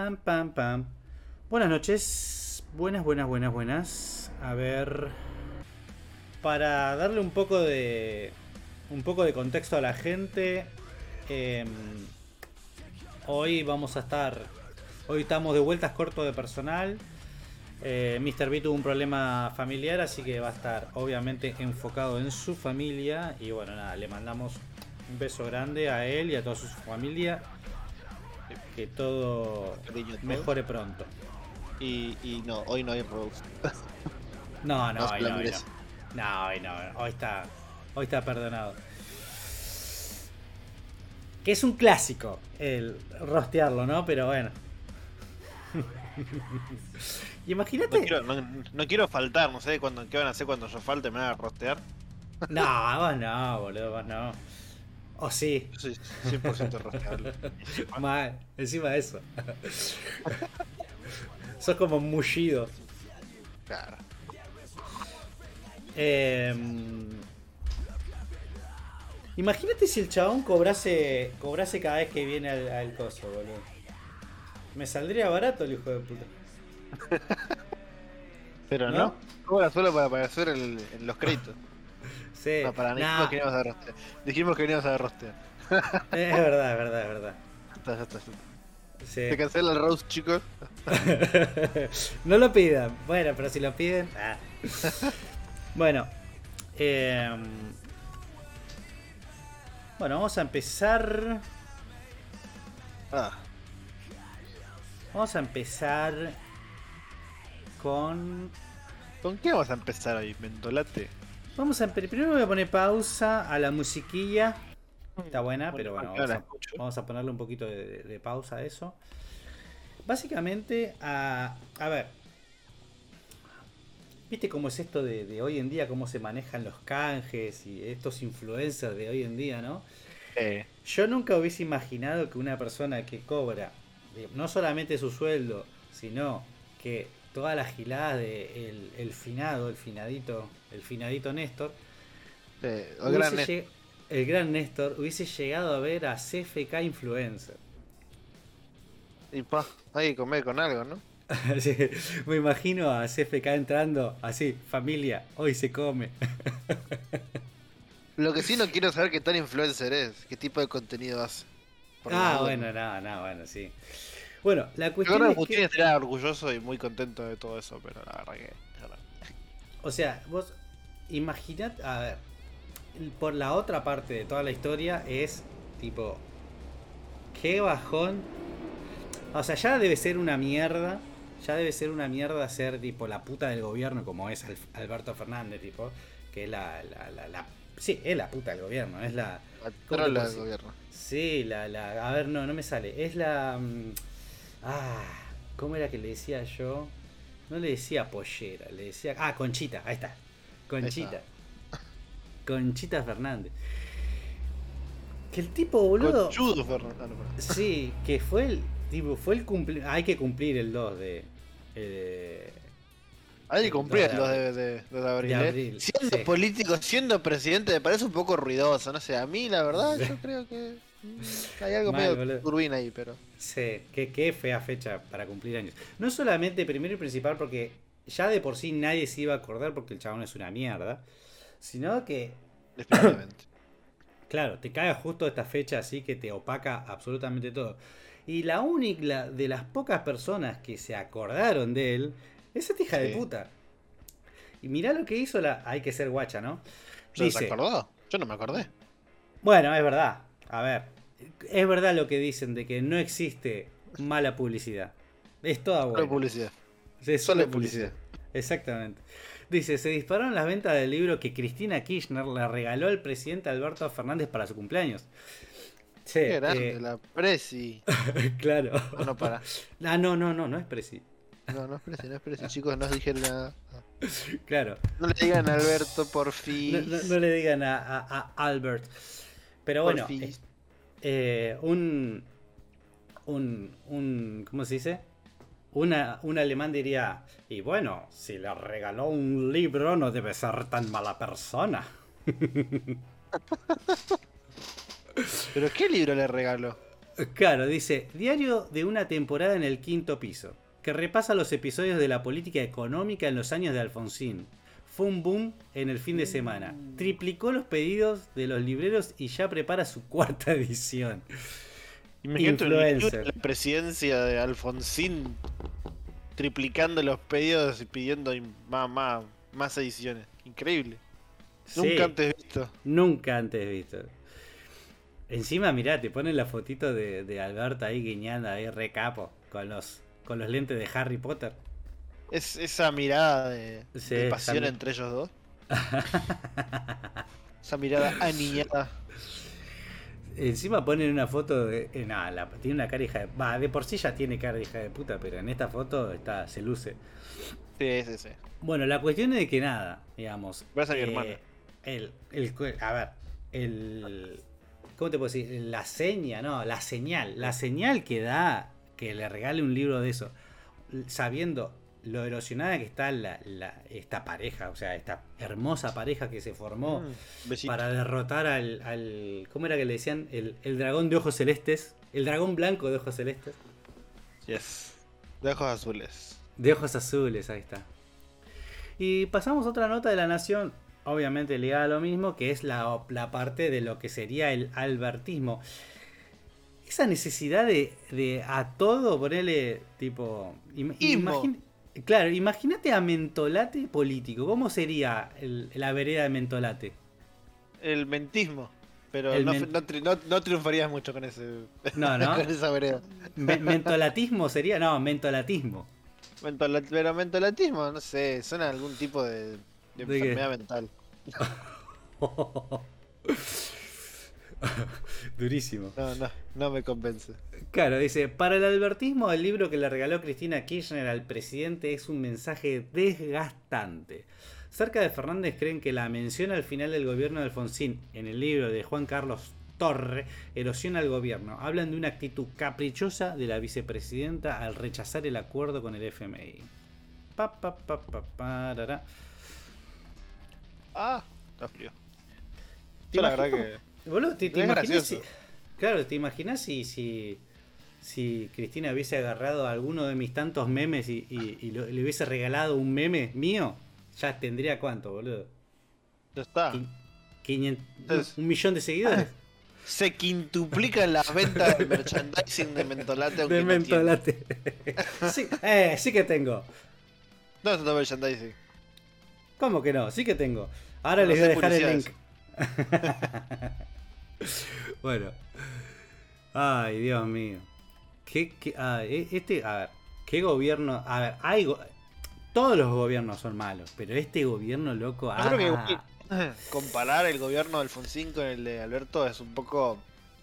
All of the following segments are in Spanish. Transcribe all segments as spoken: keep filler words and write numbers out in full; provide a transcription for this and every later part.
Pam, pam, pam. Buenas noches. Buenas, buenas, buenas, buenas. A ver. Para darle un poco de. Un poco de contexto a la gente. Eh, hoy vamos a estar. Hoy estamos de vueltas corto de personal. Eh, míster B tuvo un problema familiar, así que va a estar obviamente enfocado en su familia. Y bueno, nada, le mandamos un beso grande a él y a toda su familia. Que todo mejore pronto. Y, y no, hoy no hay Rose. No, no, No se hoy la no, hoy no. merece. No, hoy no, hoy está, hoy está perdonado. Que es un clásico el rostearlo, ¿no? Pero bueno. Imagínate. No quiero, no, no quiero faltar, no sé cuándo, qué van a hacer cuando yo falte, me van a rostear. No, vos no, boludo, vos no. O sí. Yo soy cien por ciento rosteable. Mal, encima de eso. Sos como mullido. Claro. Eh, imagínate si el chabón cobrase cobrase cada vez que viene al, al coso, boludo. Me saldría barato el hijo de puta. Pero ¿No? no, cobra solo para aparecer el- en los créditos. Sí. No, para Nah, dijimos que veníamos a rostear. Dijimos que veníamos a rostear. es verdad, es verdad, es verdad. Ya está, ya está, ya está. Sí. Se cancela el Rose, chicos. No lo pidan. Bueno, pero si lo piden. Ah. Bueno. eh, bueno, vamos a empezar. Ah, Vamos a empezar con. ¿con qué vamos a empezar hoy, mentolate? Vamos a primero voy a poner pausa a la musiquilla. Está buena, pero bueno, Acá vamos la a, escucho. vamos a ponerle un poquito de, de pausa a eso. Básicamente, a, a ver. ¿Viste cómo es esto de, de hoy en día? Cómo se manejan los canjes y estos influencers de hoy en día, ¿no? Eh, Yo nunca hubiese imaginado que una persona que cobra eh, no solamente su sueldo, sino que todas las giladas de el, el finado, el finadito, el finadito Néstor, eh, el hubiese gran Néstor. lleg- el gran Néstor hubiese llegado a ver a C F K Influencer. Y pa, hay que comer con algo, ¿no? Sí, me imagino a C F K entrando así, familia, hoy se come. Lo que sí no quiero saber qué tal influencer es, qué tipo de contenido hace. Por la Ah, duda, bueno, ¿no? no, no, bueno, sí. Bueno, la Yo cuestión creo que es Agustín que, estaría orgulloso y muy contento de todo eso, pero la verdad que. yo no. o sea, vos imaginad, a ver, por la otra parte de toda la historia es tipo, qué bajón. O sea, ya debe ser una mierda. Ya debe ser una mierda ser tipo la puta del gobierno como es Al- Alberto Fernández, tipo, que es la, la, la, la- sí, es la puta del gobierno, es la, La ¿cómo te puedo trola del decir? gobierno. Sí, la, la, a ver, no, no me sale, es la, mm, ah, ¿cómo era que le decía yo? No le decía pollera, le decía, ah, Conchita, ahí está, Conchita, Ahí Conchita Fernández. Que el tipo, boludo, Conchudo, Fernando. Ah, no, perdón. sí, que fue el tipo, fue el cumplir, hay que cumplir el dos de eh, Hay que el cumplir dos de los abril. de, de, de abril, De ¿eh? abril, Siendo sí. político, siendo presidente, me parece un poco ruidoso, no sé. A mí, la verdad, yo creo que. mm, Hay algo Mal, medio boludo. turbina ahí, pero. Sí, qué, qué fea fecha para cumplir años. No solamente primero y principal porque ya de por sí nadie se iba a acordar porque el chabón es una mierda, sino que, Definitivamente. claro, te cae justo esta fecha así que te opaca absolutamente todo. Y la única de las pocas personas que se acordaron de él es esta hija de Sí. puta. Y mirá lo que hizo la... Hay que ser guacha, ¿no? ¿Se Dice, acordó? Yo no me acordé. bueno, es verdad. A ver, es verdad lo que dicen de que no existe mala publicidad. Es toda Solo buena. publicidad. Es Solo solo publicidad. publicidad. Exactamente. Dice, se dispararon las ventas del libro que Cristina Kirchner le regaló al presidente Alberto Fernández para su cumpleaños. Sí, Qué grande, eh, la Prezi. claro. No, no, para. Ah, no, no, no, no es preci. No, no es Prezi, no es Prezi, chicos, no os dije nada. Claro. No le digan a Alberto, por No, fin. no- no le digan a, a- a Albert. Pero Por bueno, fin. eh, eh, un, un, un, ¿cómo se dice? Una, un alemán diría, y bueno, si le regaló un libro no debe ser tan mala persona. ¿Pero qué libro le regaló? Claro, dice, diario de una temporada en el quinto piso, que repasa los episodios de la política económica en los años de Alfonsín. Fue un boom en el fin de semana. Triplicó los pedidos de los libreros y ya prepara su cuarta edición. Imagínate Influencer. La presidencia de Alfonsín triplicando los pedidos y pidiendo más, más, más ediciones. Increíble. Sí, nunca antes visto. Nunca antes visto. Encima, mirá, te ponen la fotito de, de Alberto ahí guiñando, ahí re capo, con los, con los lentes de Harry Potter. Es esa mirada de, sí, de pasión esa... entre ellos dos. Esa mirada aniñada. Encima ponen una foto de... Eh, no, la, tiene una cara hija de... Va, de por sí ya tiene cara de hija de puta, pero en esta foto está, se luce. Sí, sí, sí. Bueno, la cuestión es de que nada, digamos... Vas a mi eh, hermana. El, el, a ver, el... ¿Cómo te puedo decir? La seña, no, la señal. La señal que da que le regale un libro de eso, sabiendo lo erosionada que está la, la, esta pareja, o sea, esta hermosa pareja que se formó mm, para derrotar al, al... ¿Cómo era que le decían? El, el dragón de ojos celestes. El dragón blanco de ojos celestes. Yes. De ojos azules. De ojos azules, ahí está. Y pasamos a otra nota de La Nación. Obviamente ligada a lo mismo, que es la, la parte de lo que sería el albertismo. Esa necesidad de, de a todo ponerle tipo... Im, imagine, claro, imagínate a Mentolate político. ¿Cómo sería el, la vereda de Mentolate? El mentismo. Pero no, men... no, no, no triunfarías mucho con ese no, ¿no? con esa vereda. Me, mentolatismo sería... No, mentolatismo. Mentola, pero mentolatismo, no sé, suena a algún tipo de... de ¿De enfermedad qué? Mental. Durísimo. No, no, no me convence. Claro, dice, para el albertismo el libro que le regaló Cristina Kirchner al presidente es un mensaje desgastante. Cerca de Fernández creen que la mención al final del gobierno de Alfonsín en el libro de Juan Carlos Torre erosiona al gobierno. Hablan de una actitud caprichosa de la vicepresidenta al rechazar el acuerdo con el F M I. Pa, pa, pa, pa, parará. Ah, está frío. Yo la verdad que... Boludo, ¿te, te imaginas si, claro, ¿te imaginas si, si, si Cristina hubiese agarrado alguno de mis tantos memes y, y, y lo, le hubiese regalado un meme mío? Ya tendría cuánto, boludo. Ya está. quinientos, un millón de seguidores. Se quintuplican las ventas de merchandising de Mentolate. De Mentolate. No sí, eh, sí que tengo. ¿Dónde está el merchandising? ¿Cómo que no? Sí que tengo. Ahora no les voy a dejar el link. Bueno. Ay, Dios mío. ¿Qué, qué, ah, este, a ver, ¿qué gobierno? A ver, hay go todos los gobiernos son malos, pero este gobierno, loco... Yo ah. creo que comparar el gobierno de Alfonsín con el de Alberto es un poco...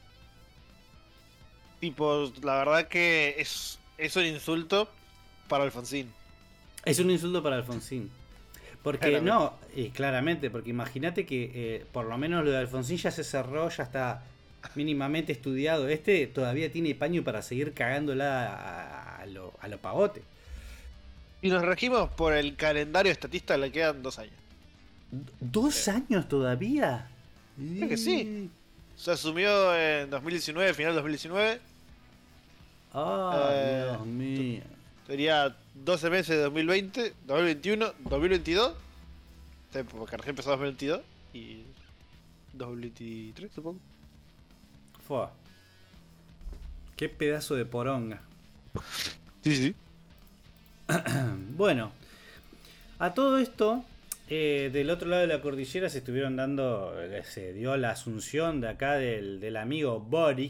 Tipo, la verdad que es, es un insulto para Alfonsín. Es un insulto para Alfonsín. Porque claramente. no, eh, claramente, porque imagínate que eh, por lo menos lo de Alfonsín ya se cerró, ya está mínimamente estudiado. Este todavía tiene paño para seguir cagándola a, a, lo, a lo pavote. Y nos regimos por el calendario estatista, le quedan dos años. ¿Dos eh. años todavía? Creo que sí. Se asumió en dos mil diecinueve, final de dos mil diecinueve. Ah, eh, Dios mío. Sería doce meses de dos mil veinte, dos mil veintiuno, dos mil veintidós. Porque recién empezó dos mil veintidós y dos mil veintitrés, supongo. Fua. Qué pedazo de poronga. Sí, sí. Bueno, a todo esto, eh, del otro lado de la cordillera se estuvieron dando, se dio la asunción de acá del, del amigo Boric,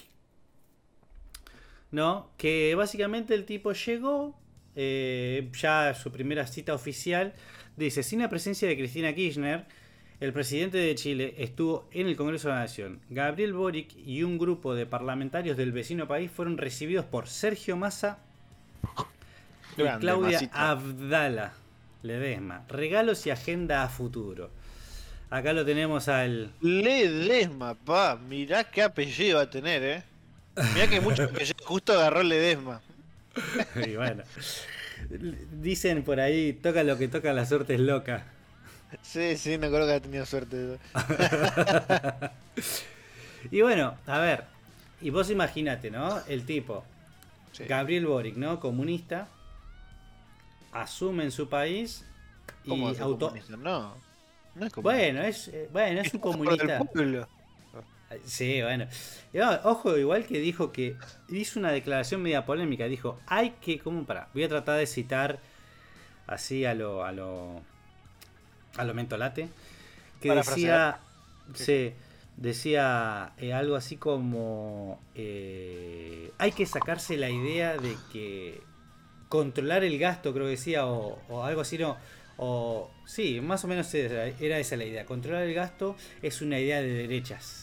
¿no? Que básicamente el tipo llegó, eh, ya su primera cita oficial, dice, sin la presencia de Cristina Kirchner, el presidente de Chile estuvo en el Congreso de la Nación. Gabriel Boric y un grupo de parlamentarios del vecino país fueron recibidos por Sergio Massa y Grande, Claudia Masita. Abdala Ledesma. Regalos y agenda a futuro. Acá lo tenemos al... Ledesma, pa. Mirá qué apellido va a tener, eh. Mirá que mucho apellido. Justo agarró Ledesma. Y bueno. Dicen por ahí, toca lo que toca, la suerte es loca. Sí, sí, no creo que haya tenido suerte. Y bueno, a ver. Y vos imagínate, ¿no? El tipo, sí. Gabriel Boric, ¿no? Comunista, asume en su país ¿Cómo y auto... No, no es comunista. Bueno, es, eh, bueno, es un comunista. Sí, bueno. No, ojo, igual que dijo que hizo una declaración media polémica. Dijo, hay que, ¿cómo para? Voy a tratar de citar así a lo a lo a lo mentolate, que para decía, sí, decía eh, algo así como eh, hay que sacarse la idea de que controlar el gasto, creo que decía, o, o algo así, no, o sí, más o menos era, era esa la idea. Controlar el gasto es una idea de derechas.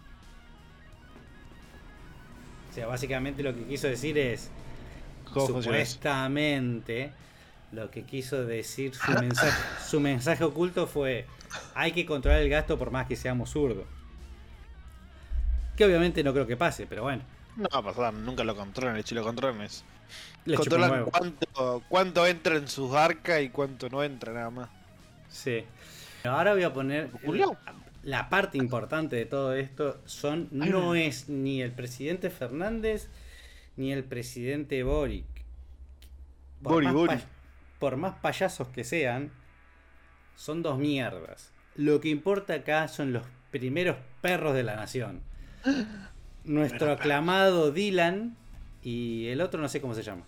O sea, básicamente lo que quiso decir es, supuestamente, lo que quiso decir su mensaje, su mensaje oculto fue, hay que controlar el gasto por más que seamos zurdos. Que obviamente no creo que pase, pero bueno. No va a pasar, nunca lo controlan, si lo controlan es... Controlan cuánto, cuánto entra en sus arcas y cuánto no entra, nada más. Sí. Ahora voy a poner... El, la parte importante de todo esto son no es ni el presidente Fernández ni el presidente Boric. Por, Bori, más, Bori. Pa, por más payasos que sean, son dos mierdas. Lo que importa acá son los primeros perros de la nación. Nuestro aclamado Dylan y el otro no sé cómo se llama.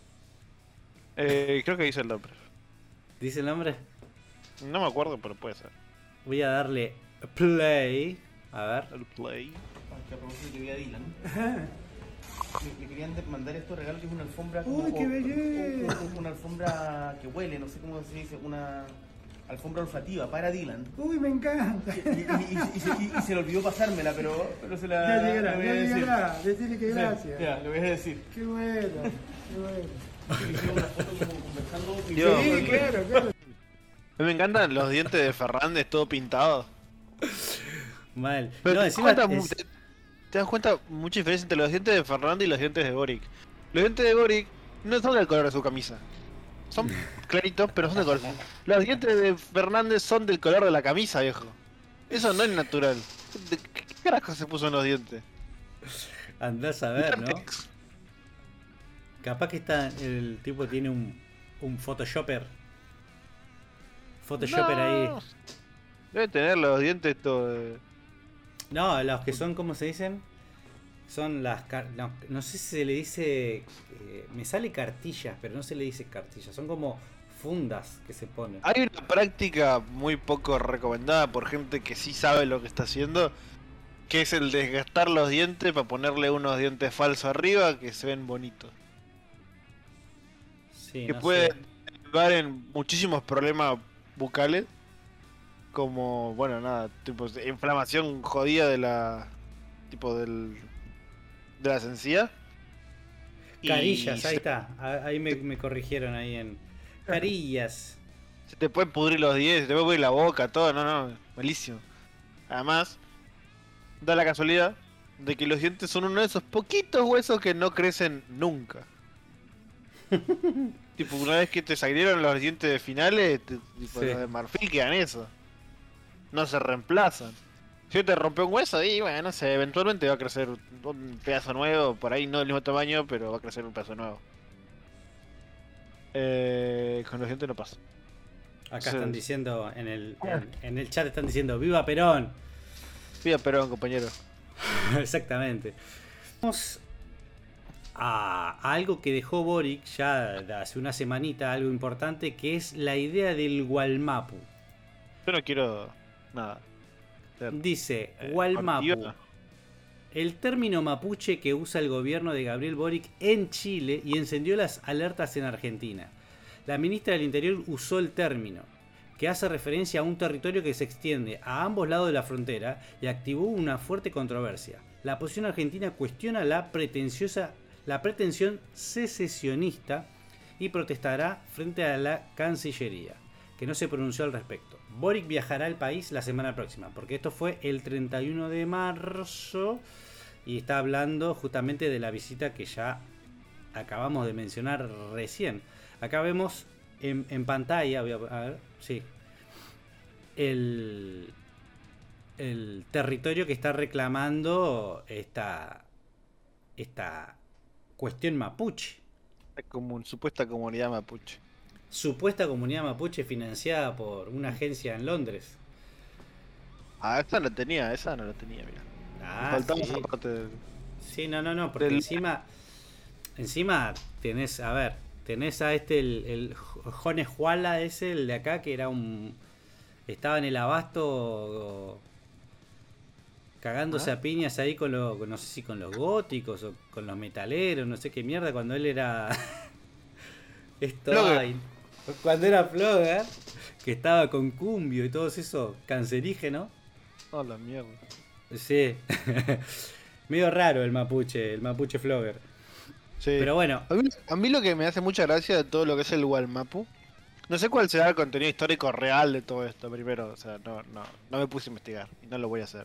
Eh, creo que dice el nombre. ¿Dice el nombre? No me acuerdo, pero puede ser. Voy a darle play. A ver. El play. Que a propósito que vi a Dylan. Le, le querían mandar estos regalos que es una alfombra. Como, ¡uy, qué belleza! Una, una alfombra que huele, no sé cómo se dice. Una alfombra olfativa para Dylan. ¡Uy, me encanta! Y, y, y, y, y, se, y, y se le olvidó pasármela, pero, pero se la. Ya llegará, le voy ya a decir. llegará. Decirle que gracias. Ya, le voy a decir. ¡Qué bueno! ¡Qué bueno! Le hicieron una foto como conversando. Dios, sí, claro, claro. A mí me encantan los dientes de Fernández todo pintados. Mal. Pero no, te, encima cuenta, es... te, te das cuenta mucha diferencia entre los dientes de Fernández y los dientes de Boric. Los dientes de Boric no son del color de su camisa. Son claritos, pero son de color. Los dientes de Fernández son del color de la camisa, viejo. Eso no es natural. ¿Qué, qué carajo se puso en los dientes? Andás a ver, ¿no? Capaz que está el tipo tiene un, un photoshopper. Photoshopper no. Ahí. Debe tener los dientes todo. No, los que son, ¿cómo se dicen? Son las... No, no sé si se le dice... Eh, me sale cartillas, pero no se le dice cartillas. Son como fundas que se ponen. Hay una práctica muy poco recomendada por gente que sí sabe lo que está haciendo, que es el desgastar los dientes para ponerle unos dientes falsos arriba que se ven bonitos. Sí, que no puede sé. dar en muchísimos problemas bucales. Como, bueno, nada, tipo inflamación jodida de la... Tipo del... De las encías. Carillas, y ahí se... está. Ahí me, me corrigieron ahí en... Carillas. Se te pueden pudrir los dientes, se te puede pudrir la boca, todo, no, no, malísimo. Además, da la casualidad de que los dientes son uno de esos poquitos huesos que no crecen nunca. Tipo, una vez que te salieron los dientes finales, te, tipo, sí. Los de marfil quedan eso. No se reemplazan. Si te rompe un hueso, y bueno, no sé, eventualmente va a crecer un pedazo nuevo, por ahí no del mismo tamaño, pero va a crecer un pedazo nuevo. Eh, con los dientes no pasa. Acá sí. Están diciendo, en el, en, en el chat están diciendo, ¡viva Perón! Viva Perón, compañero. Exactamente. Vamos a, a algo que dejó Boric ya hace una semanita, algo importante, que es la idea del Gualmapu. Yo no quiero nada. Dice, eh, Gualmapu, el término mapuche que usa el gobierno de Gabriel Boric en Chile y encendió las alertas en Argentina. La ministra del Interior usó el término, que hace referencia a un territorio que se extiende a ambos lados de la frontera y activó una fuerte controversia. La posición argentina cuestiona la pretenciosa, la pretensión secesionista y protestará frente a la Cancillería, que no se pronunció al respecto. Boric viajará al país la semana próxima, porque esto fue el treinta y uno de marzo y está hablando justamente de la visita que ya acabamos de mencionar recién. Acá vemos en, en pantalla, voy a, a ver, sí, el, el territorio que está reclamando esta, esta cuestión mapuche. Como una supuesta comunidad mapuche. Supuesta comunidad mapuche financiada por una agencia en Londres. Ah, esa no tenía, esa no la tenía, mira. Ah, Faltaba sí. esa parte de... Sí, no, no, no, porque del- encima, encima tenés, a ver, tenés a este, el, el Jones Juala ese, el de acá, que era un, estaba en el abasto cagándose ¿Ah? a piñas ahí con los, no sé si con los góticos o con los metaleros, no sé qué mierda, cuando él era, esto, Flogger. ay, cuando era Flogger, que estaba con cumbio y todo eso cancerígeno. Oh, la mierda. Sí. Medio raro el mapuche, el mapuche Flogger. Sí. Pero bueno, A mí, a mí lo que me hace mucha gracia de todo lo que es el Walmapu, no sé cuál será el contenido histórico real de todo esto primero, o sea, no, no, no me puse a investigar y no lo voy a hacer.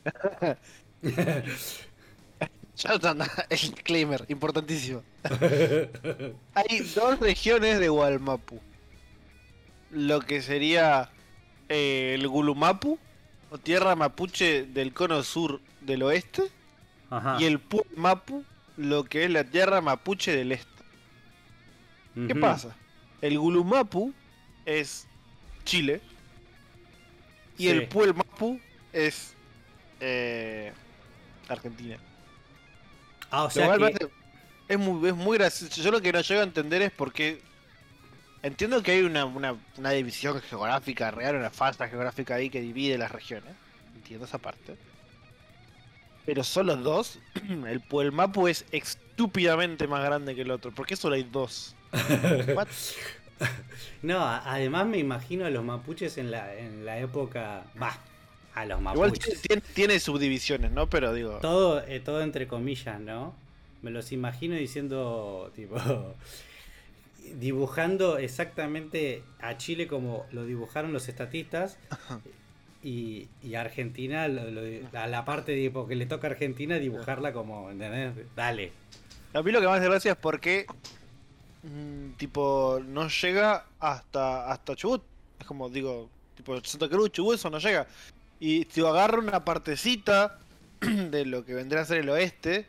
Ya está, el disclaimer, importantísimo. Hay dos regiones de Walmapu. Lo que sería eh, el Gulumapu, o tierra mapuche del cono sur del oeste, ajá. y el Pumapu, lo que es la tierra mapuche del este. ¿Qué Ujú. pasa? El Gulumapu es Chile y Sí. el Puelmapu es eh, Argentina. Ah, o Lo sea cual me que. hace- es muy, es muy gracioso. Yo lo que no llego a entender es por qué. Entiendo que hay una, una, una división geográfica real, una falsa geográfica ahí que divide las regiones. Entiendo esa parte. Pero son los dos. El Puelmapu es estúpidamente más grande que el otro. ¿Por qué solo hay dos? What? No, a- además me imagino a los mapuches en la, en la época. Va, a los Igual tiene, mapuches. tiene- tiene subdivisiones, ¿no? Pero digo. Todo, eh, todo entre comillas, ¿no? Me los imagino diciendo, tipo. Dibujando exactamente a Chile como lo dibujaron los estatistas. Y, y a Argentina, lo- lo- a la parte tipo, que le toca a Argentina, dibujarla como, ¿entendés? Dale. A mí lo que más me hace gracia es porque. mm, tipo, no llega hasta, hasta Chubut. Es como, digo, tipo, Santa Cruz, Chubut, eso no llega. Y si agarra una partecita de lo que vendría a ser el oeste,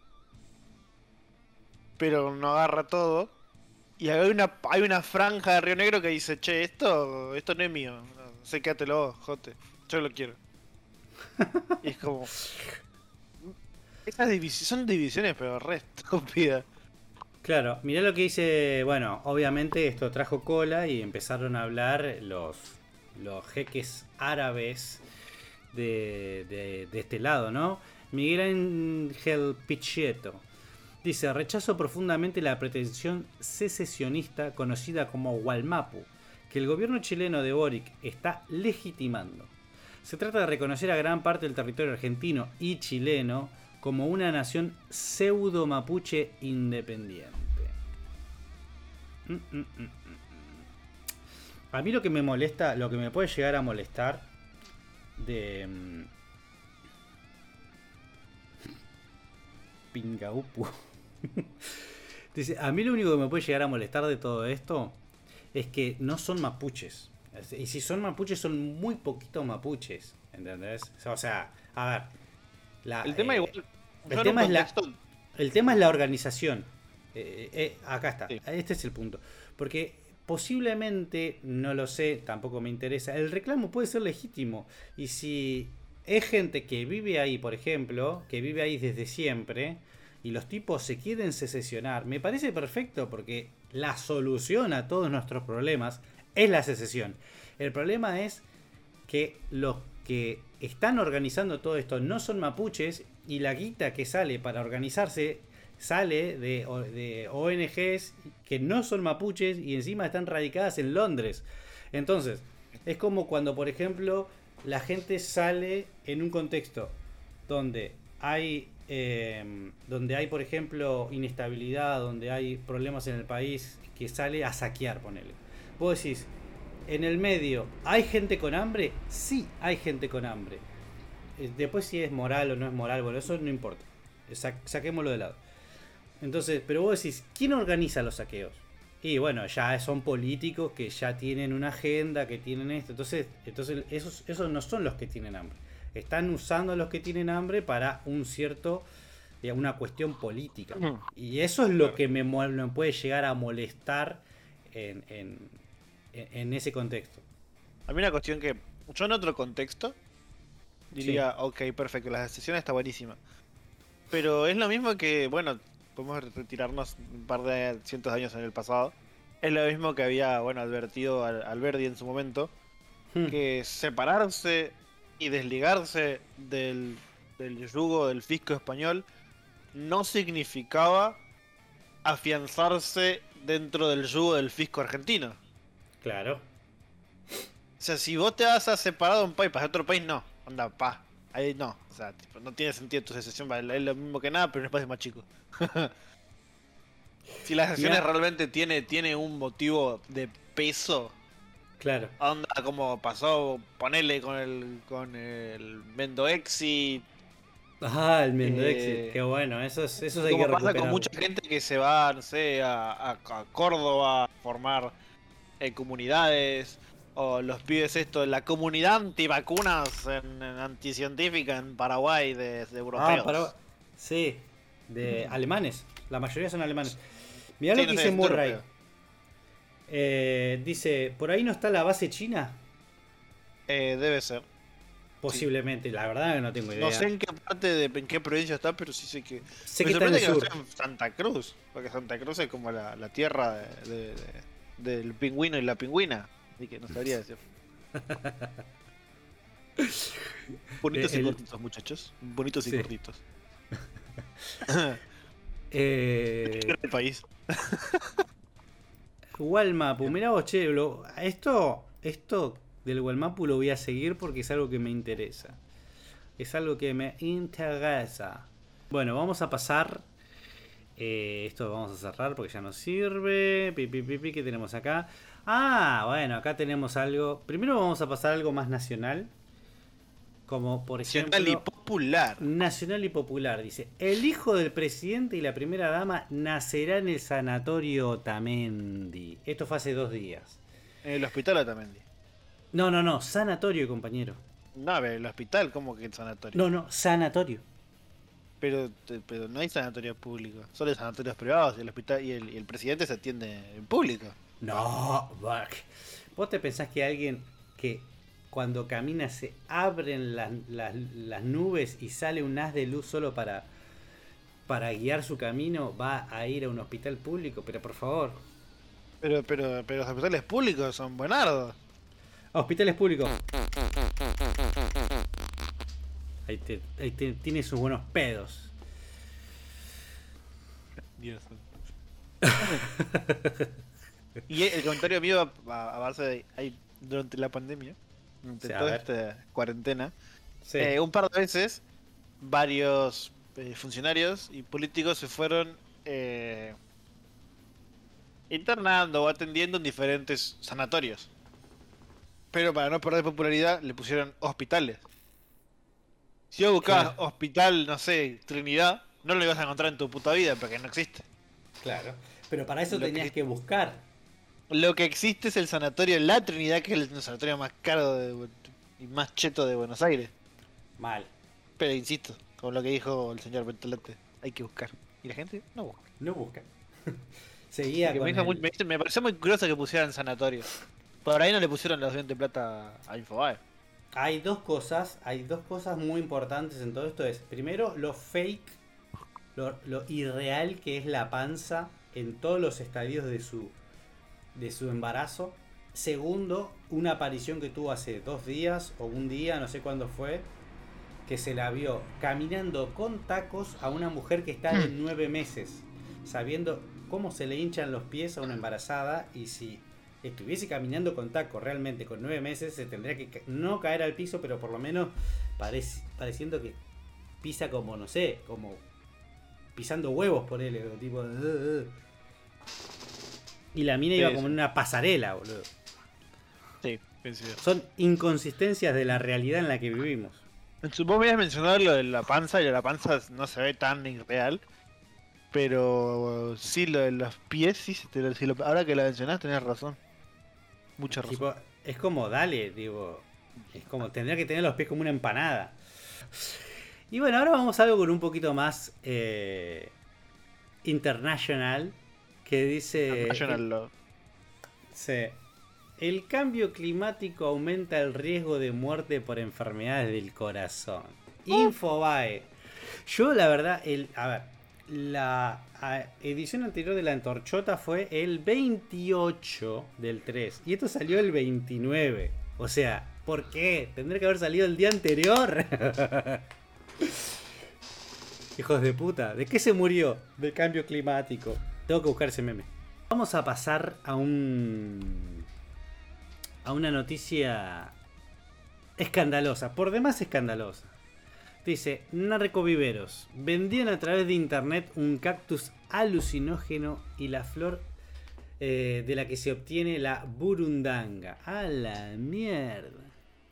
pero no agarra todo. Y hay una, hay una franja de Río Negro que dice, che, esto, esto no es mío. No, sé, quédatelo, jote. Yo lo quiero. Y es como. Esas divisiones son divisiones, pero re estúpidas. Claro, mirá lo que dice, bueno, obviamente esto trajo cola y empezaron a hablar los, los jeques árabes de, de, de este lado, ¿no? Miguel Ángel Pichetto dice, rechazo profundamente la pretensión secesionista conocida como Walmapu, que el gobierno chileno de Boric está legitimando. Se trata de reconocer a gran parte del territorio argentino y chileno como una nación pseudo mapuche independiente. Mm, mm, mm, mm, mm. A mí lo que me molesta, lo que me puede llegar a molestar de mm, Pingaupu. Dice, a mí lo único que me puede llegar a molestar de todo esto es que no son mapuches. Y si son mapuches, son muy poquitos mapuches. ¿Entendés? O sea, a ver. La, El tema eh, igual. el yo en tema un es la- contexto- El tema es la organización. Eh, eh, acá está. Sí. Este es el punto. Porque posiblemente, no lo sé, tampoco me interesa. El reclamo puede ser legítimo. Y si es gente que vive ahí, por ejemplo, que vive ahí desde siempre, y los tipos se quieren secesionar, me parece perfecto porque la solución a todos nuestros problemas es la secesión. El problema es que los que están organizando todo esto no son mapuches y la guita que sale para organizarse sale de, de O N Ges que no son mapuches y encima están radicadas en Londres. Entonces, es como cuando, por ejemplo, la gente sale en un contexto donde hay, eh, donde hay, por ejemplo, inestabilidad, donde hay problemas en el país, que sale a saquear, ponele. Vos decís, en el medio, ¿hay gente con hambre? Sí, hay gente con hambre. Eh, Después si es moral o no es moral, bueno, eso no importa. Sa- saquémoslo de lado. Entonces, pero vos decís, ¿quién organiza los saqueos? Y bueno, ya son políticos que ya tienen una agenda, que tienen esto. Entonces, entonces esos, esos no son los que tienen hambre. Están usando a los que tienen hambre para un cierto y una cuestión política. Ujú. Y eso es lo que me, mo- me puede llegar a molestar en, en, en ese contexto. A mí una cuestión que yo en otro contexto diría, ok, perfecto, la decisión está buenísima. Pero es lo mismo que, bueno, podemos retirarnos un par de cientos de años en el pasado. Es lo mismo que había, bueno, advertido al Alberdi en su momento, Hmm, que separarse y desligarse del, del yugo del fisco español no significaba afianzarse dentro del yugo del fisco argentino. claro. O sea, si vos te vas a separar de un país para otro país, no. Anda, pa. Ahí no. O sea, tipo, no tiene sentido tu secesión. va, Es lo mismo que nada, pero en un espacio más chico. Si la secesión Mirá, realmente tiene, tiene un motivo de peso, claro. onda como pasó, ponele con el con el Mendoexi, Ah, el Mendoexit, eh, qué bueno, esos, esos hay que como pasa con recuperarlos. mucha gente que se va, no sé, a, a- a Córdoba a formar eh, comunidades, o los pibes esto, la comunidad antivacunas en, en anticientífica en Paraguay de, de Ah, para. europeos. Sí, de alemanes. La mayoría son alemanes. Mirá Sí, lo que no sé, dice es Murray. europeo. Eh, dice, ¿por ahí no está la base china? Eh, debe ser. Sí. Posiblemente, la verdad que no tengo No sé idea. en qué parte de en qué provincia está, pero sí sé que. Sé Me que está en el sorprende que no sur. esté en Santa Cruz, porque Santa Cruz es como la, la tierra de, de- de- del pingüino y la pingüina. Así que no sabría decir. Bonitos Eh, y el- cortitos, muchachos. Bonitos y Sí. cortitos. Eh, El país. Walmapu, mirá vos, che, lo- esto, esto del Walmapu lo voy a seguir porque es algo que me interesa. Es algo que me interesa. Bueno, vamos a pasar. eh, esto lo vamos a cerrar porque ya no sirve. Pi, pi, pi, pi, ¿qué tenemos acá? Ah, bueno, acá tenemos algo. Primero vamos a pasar a algo más nacional. Como por Nacional y ejemplo. popular. Nacional y popular, dice. El hijo del presidente y la primera dama nacerá en el sanatorio Otamendi. Esto fue hace dos días. En el hospital Otamendi. No, no, no, sanatorio, compañero. No, a ver, el hospital, ¿cómo que el sanatorio? No, no, sanatorio. Pero, te- pero no hay sanatorios públicos, solo hay sanatorios privados y el hospital y el, y el presidente se atiende en público. No, Buck. ¿Vos te pensás que alguien que cuando camina se abren las, las- las nubes y sale un haz de luz solo para, para guiar su camino va a ir a un hospital público? Pero por favor. Pero, pero, pero los hospitales públicos son buenardos. A hospitales públicos. Ahí, te- ahí te- tiene sus buenos pedos. Dios. Y el comentario mío a, a base de ahí, durante la pandemia, durante Sí, a toda ver. esta cuarentena, Sí. eh, un par de veces varios eh, funcionarios y políticos se fueron eh, internando o atendiendo en diferentes sanatorios. Pero para no perder popularidad le pusieron hospitales. Si vos buscabas Claro. hospital, no sé, Trinidad, no lo ibas a encontrar en tu puta vida porque no existe. Claro. Pero para eso Lo tenías que- que buscar. Lo que existe es el sanatorio La Trinidad, que es el sanatorio más caro de Bu- y más cheto de Buenos Aires. Mal. Pero insisto, con lo que dijo el señor Bertolete, hay que buscar. Y la gente no busca. No busca. Seguía Que con me, hizo el- muy- me, hizo- me pareció muy curioso que pusieran sanatorio. Por ahí no le pusieron los dientes de plata a Infobae. Hay dos cosas, hay dos cosas muy importantes en todo esto. Es, primero, lo fake, lo, lo irreal que es la panza en todos los estadios de su, de su embarazo. Segundo, una aparición que tuvo hace dos días o un día, no sé cuándo fue, que se la vio caminando con tacos a una mujer que está de nueve meses, sabiendo cómo se le hinchan los pies a una embarazada y si estuviese caminando con tacos realmente con nueve meses se tendría que ca- no caer al piso, pero por lo menos parec- pareciendo que pisa como, no sé, como pisando huevos por él, tipo... "Uh, uh". Y la mina Sí, iba sí. como en una pasarela, boludo. Sí, coincido. Son inconsistencias de la realidad en la que vivimos. Vos me habías mencionado lo de la panza, y lo de la panza no se ve tan irreal. Pero sí, lo de los pies, sí, si te lo- si lo- ahora que la mencionás tenés razón. Mucha razón. Tipo, es como, dale, digo, es como, tendría que tener los pies como una empanada. Y bueno, ahora vamos a algo con un poquito más eh, internacional. Que dice... National Law. Sí. El cambio climático aumenta el riesgo de muerte por enfermedades del corazón. Infobae. Yo la verdad, el, a ver, la a, edición anterior de la Antorchota fue el veintiocho del tres. Y esto salió el veintinueve. O sea, ¿por qué? ¿Tendría que haber salido el día anterior? Hijos de puta. ¿De qué se murió? Del cambio climático. Tengo que buscar ese meme. Vamos a pasar a un... a una noticia escandalosa. Por demás escandalosa. Dice, narcoviveros vendían a través de internet un cactus alucinógeno y la flor eh, de la que se obtiene la burundanga. A la mierda.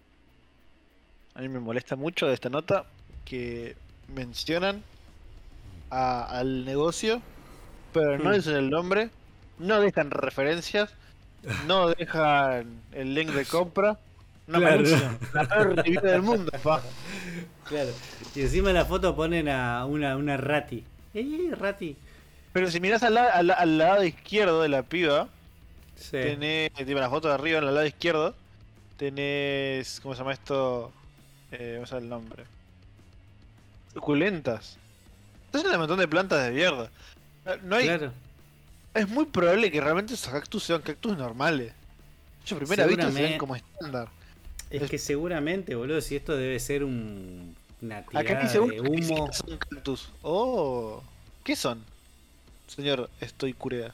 A mí me molesta mucho de esta nota que mencionan a- al negocio, pero no Hmm. dicen el nombre, no dejan referencias, no dejan el link de compra. Una Claro. maldición, la peor review del mundo, pa. Claro. Y encima en la foto ponen a una, una rati. ¡Eh, rati! Pero si miras al, la- al, al lado izquierdo de la piba, Sí. tenés, tipo la foto de arriba en el lado izquierdo, tenés, ¿cómo se llama esto? Eh, vamos a ver el nombre. Suculentas. Es un montón de plantas de mierda. Eh, No hay, Claro. Es muy probable que realmente esos cactus sean cactus normales. Yo primera vista se ven Seguramente. como estándar. Es que seguramente, boludo, si esto debe ser un, una tirada Acá dice uno de que ni siquiera humo. son cactus. Oh, ¿qué son? Señor, estoy curea.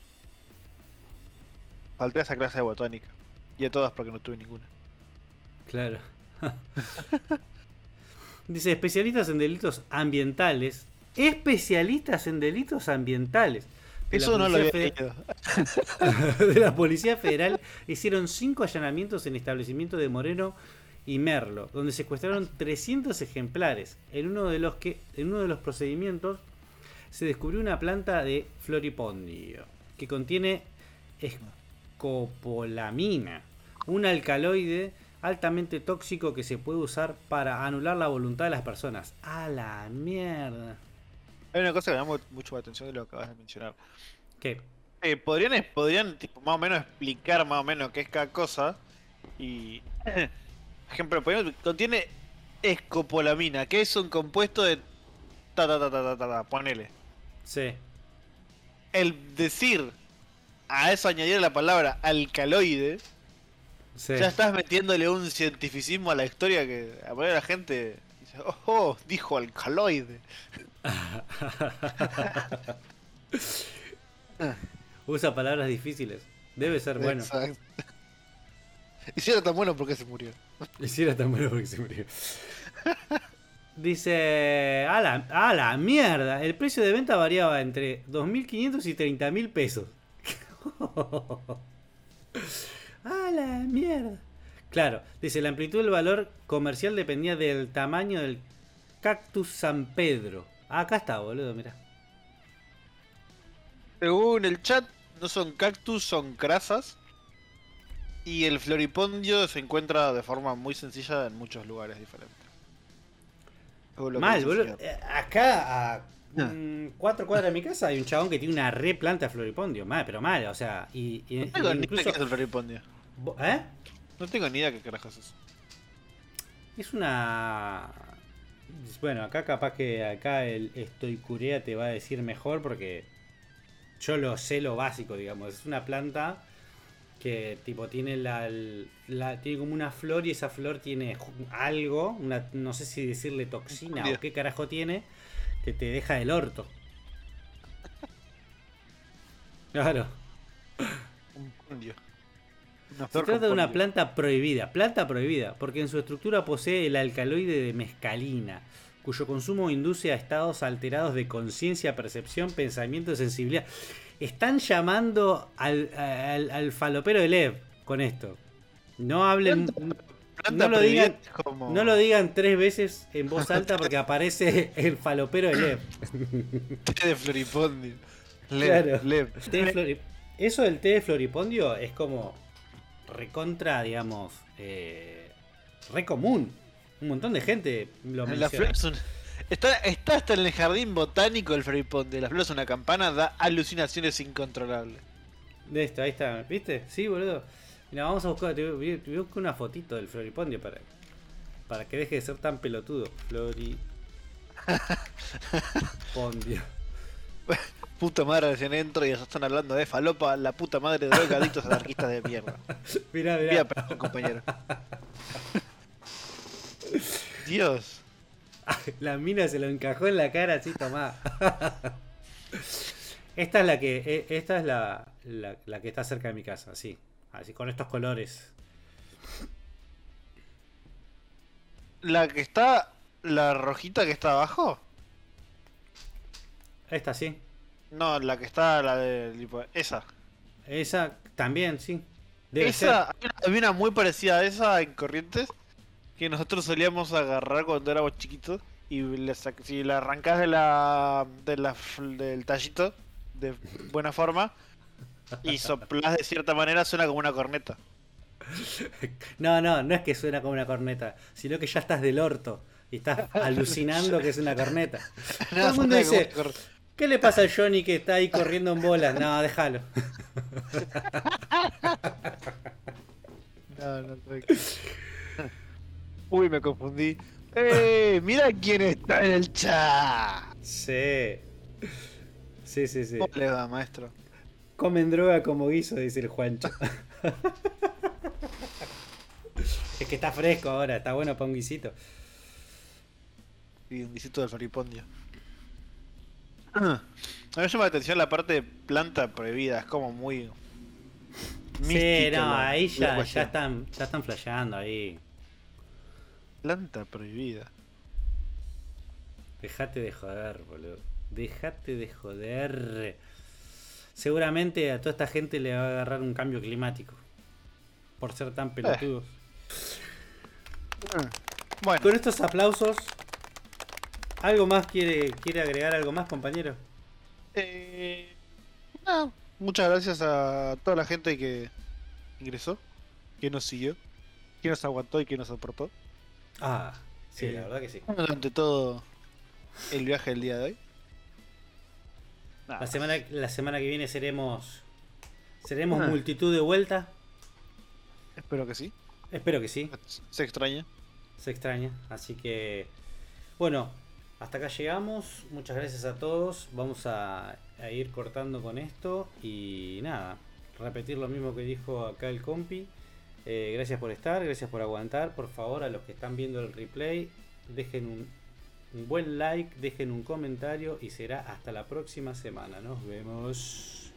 Falté a esa clase de botánica. Y a todas porque no tuve ninguna. Claro. Dice, especialistas en delitos ambientales. Especialistas en delitos ambientales. De la Eso no lo había Policía leído. de la Policía Federal hicieron cinco allanamientos en establecimientos de Moreno y Merlo, donde secuestraron trescientos ejemplares. En uno de los que en uno de los procedimientos se descubrió una planta de floripondio que contiene escopolamina, un alcaloide altamente tóxico que se puede usar para anular la voluntad de las personas. ¡A la mierda! Hay una cosa que me llama mucho la atención de lo que acabas de mencionar. ¿Qué? Eh, podrían, podrían tipo, más o menos explicar más o menos qué es cada cosa. Y. Ejemplo, podrían- contiene escopolamina, que es un compuesto de. Ta ta ta ta ta ta, ta, ponele. Sí. El decir a eso añadir la palabra alcaloide, Sí. ya estás metiéndole un cientificismo a la historia que a poner la gente dice, oh, oh, dijo alcaloide. Usa palabras difíciles. Debe ser bueno. Exacto. Y si era tan bueno, ¿por qué se murió? Y si era tan bueno porque se murió. Dice, a la, a la mierda, el precio de venta variaba entre dos mil quinientos y treinta mil pesos. A la mierda. Claro, dice, la amplitud del valor comercial dependía del tamaño del cactus San Pedro. Ah, acá está, boludo, mirá. Según el chat, no son cactus, son crasas. Y el floripondio se encuentra de forma muy sencilla en muchos lugares diferentes. Según lo que Mal, dice boludo. el señor. Eh, Acá, a mm, cuatro cuadras de mi casa, hay un chabón que tiene una re planta de floripondio. Mal, pero mal, o sea, y, y- No tengo y ni idea incluso... qué es el floripondio. Bo- ¿Eh? No tengo ni idea qué carajos es. Es una... Bueno, acá capaz que acá el Estoy Curea te va a decir mejor porque yo lo sé lo básico, digamos. Es una planta que tipo tiene la, la- tiene como una flor y esa flor tiene ju- algo, una, no sé si decirle toxina o qué carajo tiene, que te deja el orto. Claro. Un pondio. Una Se flor trata con de una pondio. planta prohibida, planta prohibida, porque en su estructura posee el alcaloide de mescalina, cuyo consumo induce a estados alterados de conciencia, percepción, pensamiento y sensibilidad. Están llamando al, al, al falopero de Lev con esto. No hablen, Planta no lo prohibida digan, es como... no lo digan tres veces en voz alta porque aparece el falopero de Lev. té de floripondio. Lev, Claro. Lev. Té de flori- Eso del té de floripondio es como recontra, digamos, eh, re común. Un montón de gente lo La menciona. flor es un- está, está hasta en el jardín botánico del Floripondio. La flor es una campana, da alucinaciones incontrolables. De esto, ahí está, ¿viste? Sí, boludo. Mira, vamos a buscar, te, voy- te busco una fotito del Floripondio para, para que deje de ser tan pelotudo. Floripondio. Puta madre, recién entro y ya están hablando de falopa, la puta madre de drogaditos anarquistas de mierda. Mirá, Mira, mirá. perdón, compañero. Dios. La mina se lo encajó en la cara así, tomá. Esta es la que. eh, Esta es la, la, la que está cerca de mi casa, así. Así, con estos colores. La que está. La rojita que está abajo. Esta sí. No, la que está, la de. tipo, esa. Esa también, sí. Debe esa, ser. hay una- había una muy parecida a esa en Corrientes. Que nosotros solíamos agarrar cuando éramos chiquitos. Y le sac- si la arrancás de la, de la. fl- del tallito. De buena forma. Y soplás de cierta manera, suena como una corneta. No, no, no es que suena como una corneta, sino que ya estás del orto y estás alucinando que es una corneta. Todo el mundo suena como dice, una cor- ¿qué le pasa al Johnny que está ahí corriendo en bolas? No, déjalo. No, no, no. Uy, me confundí. ¡Eh! ¡Mira quién está en el chat! Sí. Sí, sí, sí. ¿Cómo le va, maestro? Comen droga como guiso, dice el Juancho. Es que está fresco ahora, está bueno para un guisito. Y un visito del Floripondio. A mí me llama la atención la parte de planta prohibida, es como muy. Sí, mística no, la- ahí la ya, ya cuestión. están, ya están flasheando ahí. Planta prohibida. Dejate de joder, boludo. Dejate de joder. Seguramente a toda esta gente le va a agarrar un cambio climático. Por ser tan pelotudos. Bueno, Con estos aplausos, ¿algo más quiere, quiere agregar algo más, compañero? eh, nada, muchas gracias a toda la gente que ingresó, que nos siguió, que nos aguantó y que nos soportó Ah, sí, Eh, la verdad que sí. durante todo el viaje del día de hoy. Nada La más. semana, la semana que viene seremos seremos Ah. multitud de vuelta. Espero que sí. Espero que sí. Se extraña. Se extraña. Así que, bueno, hasta acá llegamos. Muchas gracias a todos. Vamos a, a ir cortando con esto. Y nada, repetir lo mismo que dijo acá el compi. Eh, gracias por estar, gracias por aguantar. Por favor, a los que están viendo el replay, dejen un, un buen like, dejen un comentario y será hasta la próxima semana. Nos vemos.